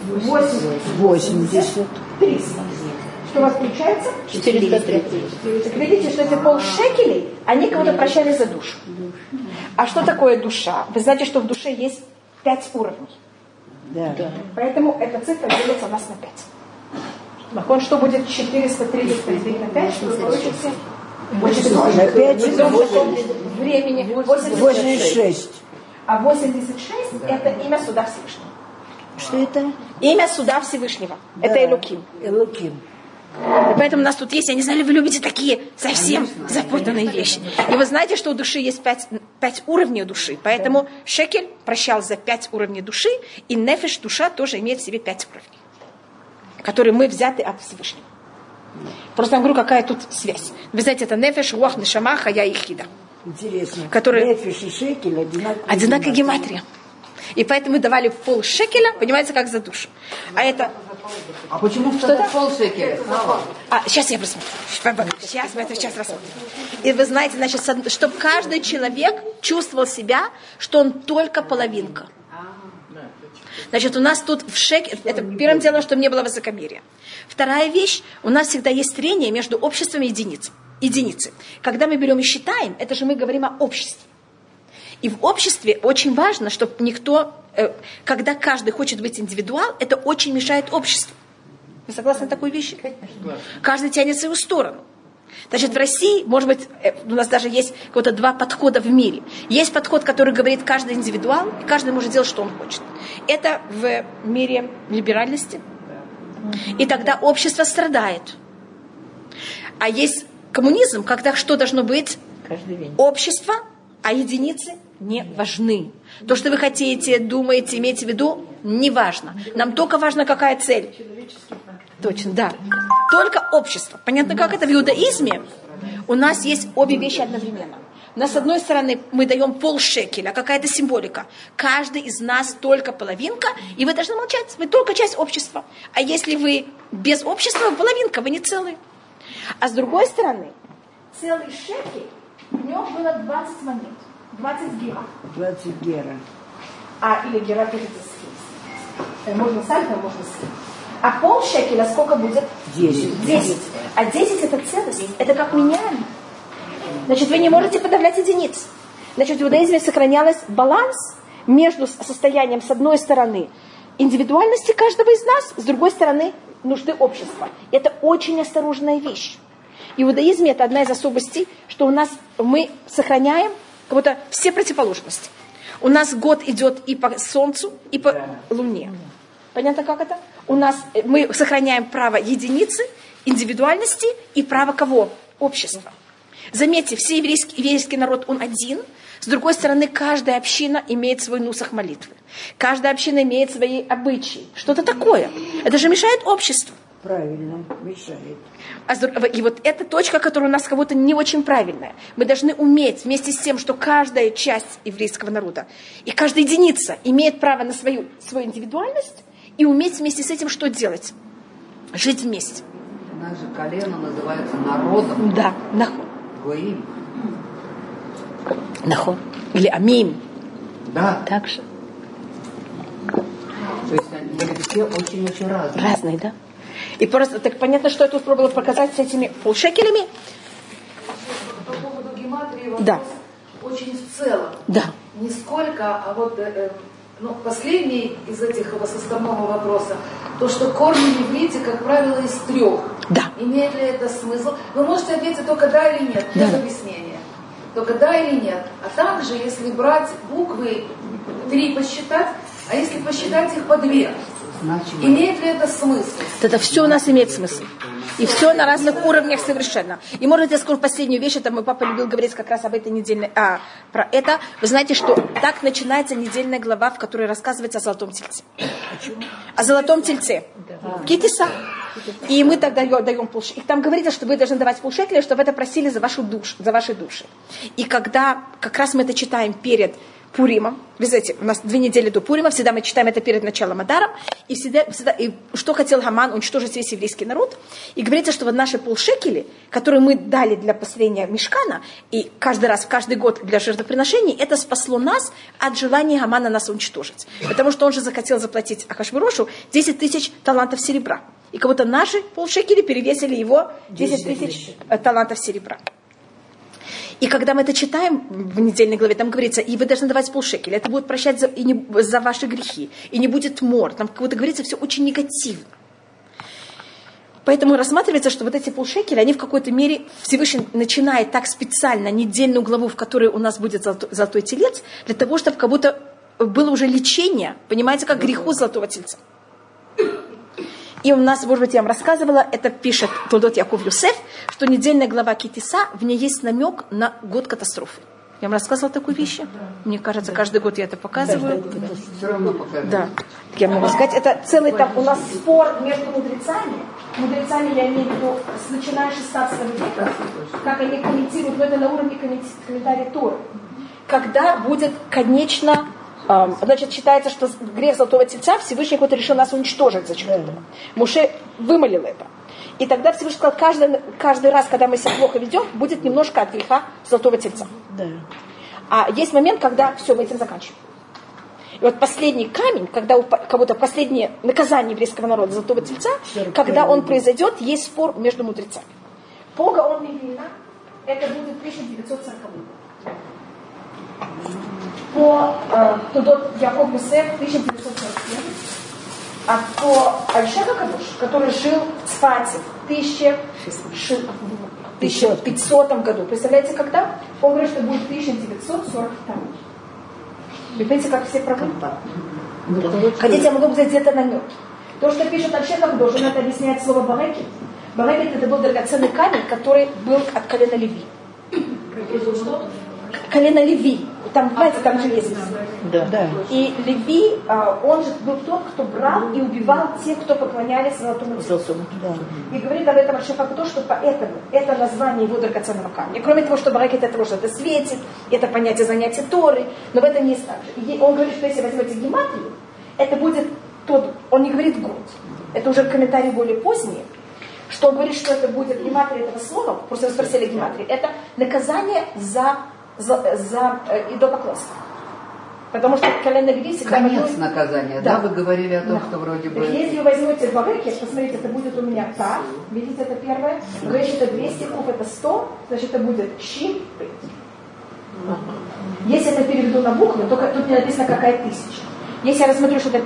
80. 300. Что у вас получается? 430. Видите, что эти полшекелей, они кого-то прощали за душу. А что такое душа? Вы знаете, что в душе есть 5 уровней. Да. Поэтому эта цифра делится у нас на 5. Нахон, что будет 430 разделить на 5? Что вы получите? На 5 времени 86. А 86 это имя суда Всевышнего. Что это? Имя суда Всевышнего. Да. Это Элоким. Элоким. И поэтому у нас тут есть, я не знаю, вы любите такие совсем запутанные вещи. И вы знаете, что у души есть 5 уровней души. Поэтому шекель прощал за 5 уровней души, и нефеш, душа, тоже имеет в себе 5 уровней, которые мы взяты от Всевышнего. Просто я говорю, какая тут связь. Вы знаете, это нефеш, руах, нешама, хая и хида. Интересно. Которые... Нефеш и шекель одинаковая гематрия. И поэтому мы давали полшекеля, понимаете, как за душу. А это... А почему что-то полшекеля? Сейчас я посмотрю. Сейчас мы это сейчас рассмотрим. И вы знаете, значит, чтобы каждый человек чувствовал себя, что он только половинка. Значит, у нас тут в шекеле, это первым делом, чтобы не было высокомерия. Вторая вещь, у нас всегда есть трение между обществом и единицей. Когда мы берем и считаем, это же мы говорим о обществе. И в обществе очень важно, чтобы никто, когда каждый хочет быть индивидуал, это очень мешает обществу. Вы согласны на такую вещь? Каждый тянет в свою сторону. Значит, в России, может быть, у нас даже есть какого-то 2 подхода в мире. Есть подход, который говорит каждый индивидуал, и каждый может делать, что он хочет. Это в мире либеральности. И тогда общество страдает. А есть коммунизм, когда что должно быть? Общество, а единицы не важны. То, что вы хотите, думаете, имеете в виду, не важно. Нам только важно, какая цель. Точно, да. Только общество. Понятно, как это в иудаизме? У нас есть обе вещи одновременно. У нас, с одной стороны, мы даем полшекеля, какая-то символика. Каждый из нас только половинка, и вы должны молчать. Вы только часть общества. А если вы без общества, вы половинка, вы не целый. А с другой стороны, целый шекель, в нем было 20 монет. 20 гера. 20 гера. Или гера пишется с можно сальто, можно с. А полшекеля сколько будет? 10. 10. А 10 это целость. Это как миньян. Значит, вы не можете подавлять единиц. Значит, в иудаизме сохранялось баланс между состоянием, с одной стороны, индивидуальности каждого из нас, с другой стороны, нужды общества. Это очень осторожная вещь. В иудаизме это одна из особостей, что у нас мы сохраняем как будто все противоположности. У нас год идет и по Солнцу, и по Луне. Понятно, как это? Мы сохраняем право единицы, индивидуальности и право кого? Общества. Заметьте, все еврейский народ, он один. С другой стороны, каждая община имеет свой нусах молитвы. Каждая община имеет свои обычаи. Что-то такое. Это же мешает обществу. Правильно, мешает. И вот эта точка, которая у нас как будто не очень правильная. Мы должны уметь вместе с тем, что каждая часть еврейского народа и каждая единица имеет право на свою индивидуальность, и уметь вместе с этим что делать? Жить вместе. Наше колено называется народом. Да, нахон. Гоим. Нахон. Или амим. Да. Так же. То есть они были все очень-очень разные. Разные, да. И просто так понятно, что я тут пробовала показать с этими полшекелями. По поводу гематрии вопрос да. очень в целом. Да. Не сколько, а вот последний из этих составного вопроса, то, что корни в иврите, как правило, из 3. Да. Имеет ли это смысл? Вы можете ответить только да или нет, без объяснения. Только да или нет. А также, если брать буквы 3 посчитать, а если посчитать их по 2, имеет ли это смысл? Это все у нас имеет смысл. И все на разных уровнях совершенно. И, может, я скажу последнюю вещь, это мой папа любил говорить как раз об этой недельной... про это. Вы знаете, что так начинается недельная глава, в которой рассказывается о золотом тельце. О золотом тельце. Китиса. И мы тогда даем полшекеля. И там говорится, что вы должны давать полшекеля, чтобы это просили за ваши души. И когда как раз мы это читаем перед Пуримом, вы знаете, у нас 2 недели до Пурима, всегда мы читаем это перед началом Адаром, и что хотел Гаман уничтожить весь еврейский народ, и говорится, что вот наши полшекели, которые мы дали для построения мишкана, и каждый год для жертвоприношений, это спасло нас от желания Гамана нас уничтожить. Потому что он же захотел заплатить Ахашверошу 10 тысяч талантов серебра. И как будто наши полшекели перевесили его 10 тысяч талантов серебра. И когда мы это читаем в недельной главе, там говорится, и вы должны давать полшекеля, это будет прощать за ваши грехи, и не будет мор. Там как будто говорится все очень негативно. Поэтому рассматривается, что вот эти полшекеля, они в какой-то мере, Всевышний начинает так специально недельную главу, в которой у нас будет золотой телец, для того, чтобы как будто было уже лечение, понимаете, как греху золотого тельца. И у нас, может быть, я вам рассказывала, это пишет Толдот Яков Юсеф, что недельная глава Китиса, в ней есть намек на год катастрофы. Я вам рассказывала такую вещь? Мне кажется, каждый год я это показываю. Все равно показываю. Да. Я могу сказать, это целый там у нас спор между мудрецами. Мудрецами, я имею в виду, начиная с 16 века, как они комментируют, но это на уровне комментария Торы. Когда будет, конечно... Значит, считается, что грех золотого тельца Всевышний кто-то решил нас уничтожить за счет этого. Муше вымолил это. И тогда Всевышний сказал, каждый раз, когда мы себя плохо ведем, будет немножко от греха золотого тельца. Да. А есть момент, когда все, мы этим заканчиваем. И вот последний камень, когда у кого-то последнее наказание еврейского народа золотого тельца, когда он произойдет, есть спор между мудрецами. По Гаон Мивильна это будет 1940 год. По Толдот Яков Юсеф 1947, а по Альшеха Кадуш, который жил в Цфате в 1500 году. Представляете, когда? Он говорит, что будет 1942. Вы понимаете, как все проблемы? Хотите, я могу взять где-то намек. То, что пишет Альшеха Кадуш, он это объясняет слово Барекет. Барекет это был драгоценный камень, который был от колена Леви. Колено Леви. Там, знаете, там же есть. Да. И Леви, он же был тот, кто брал и убивал тех, кто поклонялись золотому тельцу. Да. И говорит об этом Альшеха то, что поэтому это название его драгоценного камня. Кроме того, что Барекет это того, что это светит, это понятие занятия Торы, но в этом не есть так же. И он говорит, что если возьмете гематрию, это будет тот, он не говорит год. Это уже комментарий более поздний, что он говорит, что это будет гематрия этого слова, просто вы спросили гематрии, это наказание за идолопоклонство. Потому что колено Леви всегда... Конец наказания, да? Вы говорили о том, что вроде бы... Если вы возьмете Барекет, посмотрите, это будет у меня так, видите, это первое, Реш это 200, Куф это 100, значит, это будет Шим. Если я это переведу на буквы, только тут не написано, какая тысяча. Если я рассмотрю, что это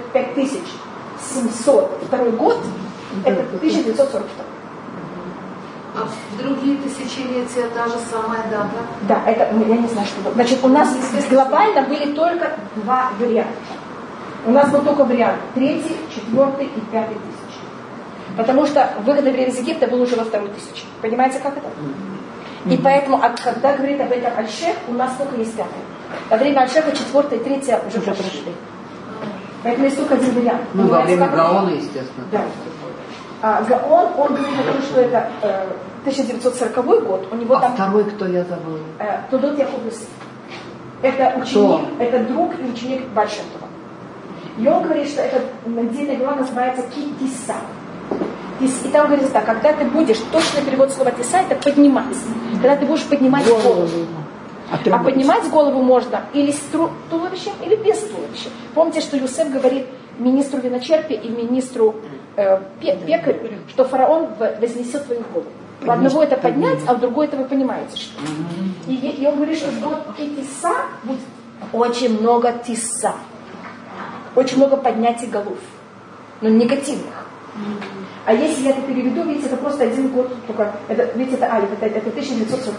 5702 год, это 1942. А в другие тысячелетия та же самая дата? Да, это, я не знаю, что. Значит, у нас глобально были только два варианта. У нас был только вариант 3, 4 и 5 тысяч. Потому что выгодное время из Египта было уже во 2000. Понимаете, как это? И поэтому, когда говорит об этом Аль-Шех, у нас только есть 5. Во время Аль-Шеха 4 и 3 уже прошли. Поэтому есть только один вариант. Ну, во время Гаона, естественно. Да. Гаон, он говорит о том, что это 1940 год. У него там, второй, кто я забыла? Тудот Яков Йосеф. Это ученик, это друг и ученик Бааль Шем Това. И он говорит, что эта недельная глава называется Ки-Тиса. И там говорится так, когда ты будешь, точный перевод слова Тиса, это поднимать. Когда ты будешь поднимать голову. А поднимать голову можно или с туловищем, или без туловища. Помните, что Юсеф говорит министру виночерпия и министру пекарю, что фараон вознесет твою голову. В одного это поднять, а в другой это вы понимаете. Что. И он говорит, что вот Тиса будет очень много Тиса. Очень много поднятий голов. Но негативных. А если я это переведу, видите, это просто один год. Только, это, видите, это Алиф, это 1945.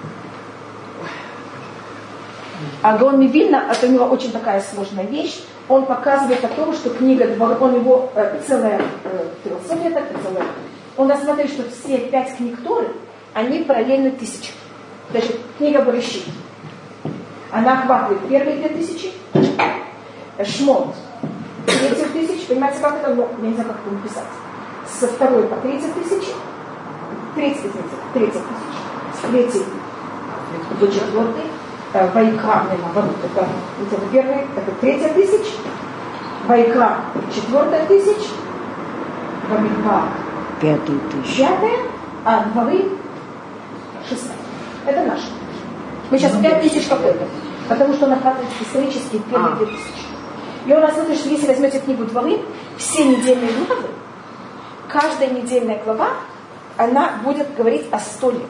А Гаон Мивильна, это у него очень такая сложная вещь. Он показывает о том, что книга, он его целая философия, целая. Он рассматривает, что все 5 книг Торы, они параллельны 1000. Значит, книга Берешит, она охватывает первые 2000, Шмот 30 000, понимаете, как это? Ну, я не знаю, как это написать. Со 2 по 30 000, 30 000, с 3 до 4, Вайкра, наоборот, это первый, это 30 000, Вайкра 4 000, Бамидбар 5, а Дворы 6. Это наш. Мы сейчас 5000 какой-то, потому что он охватывает исторически первые 2000. И он рассмотрит, что если возьмете книгу Дворы, все недельные главы, каждая недельная глава, она будет говорить о 100 лет.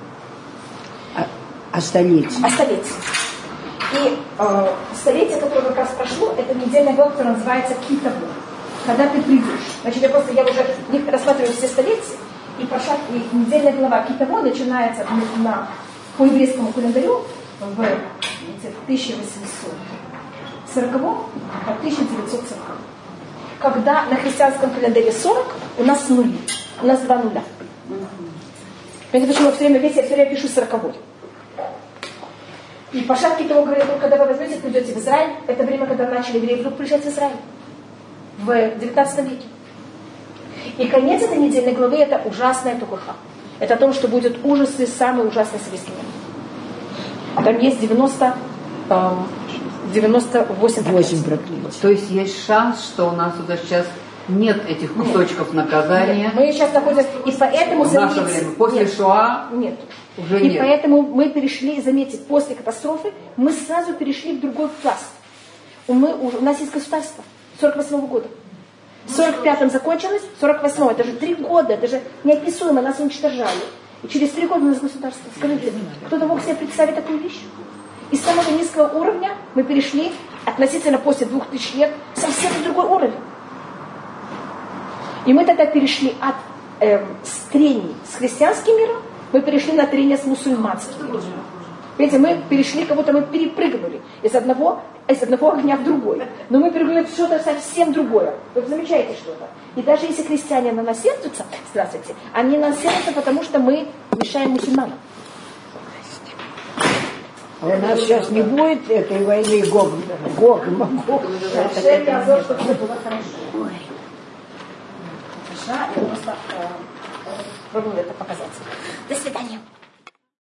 О столетии. О столетии. И столетие, которое как раз прошло, это недельная глава, которая называется Китаво. Когда ты придешь. Значит, я уже не рассматриваю все столетия, и недельная глава Китаво начинается по еврейскому календарю в 1840 по 1940. Когда на христианском календаре 40, у нас нули. У нас 2 нуля. Понимаете, почему я все время пишу 40-й. И Пашат Китаво говорит, когда вы возьмете, придете в Израиль, это время, когда начали евреи вдруг приезжать в Израиль. В 19 веке. И конец этой недельной главы это ужасная Тухуха. Это о том, что будет ужасы, самый ужасный советский мир. Там есть 98 проклятий. То есть есть шанс, что у нас уже сейчас нет этих кусочков наказания. Нет. Мы сейчас находимся, и поэтому в наше время, после Шоа нет. Уже и нет. поэтому мы перешли, заметьте, после катастрофы мы сразу перешли в другой пласт. У нас есть государство 48 года. В 45-м закончилось, 48-м, это же 3 года, это же неописуемо, нас уничтожали. И через 3 года у нас государство. Скажите, кто-то мог себе представить такую вещь? Из самого низкого уровня мы перешли относительно после 2000 лет совсем на другой уровень. И мы тогда перешли от трений с христианским миром, мы перешли на трение с мусульманским миром. Видите, мы перешли, как будто мы перепрыгнули из одного огня в другой. Но мы перепрыгнули в что-то совсем другое. Вы замечаете что-то? И даже если христиане на нас сердятся, здравствуйте, они на нас сердятся, потому что мы мешаем мусульманам. А у нас сейчас не будет этой войны Гог. Шея Азор, чтобы все было хорошо. Я просто пробую это показать.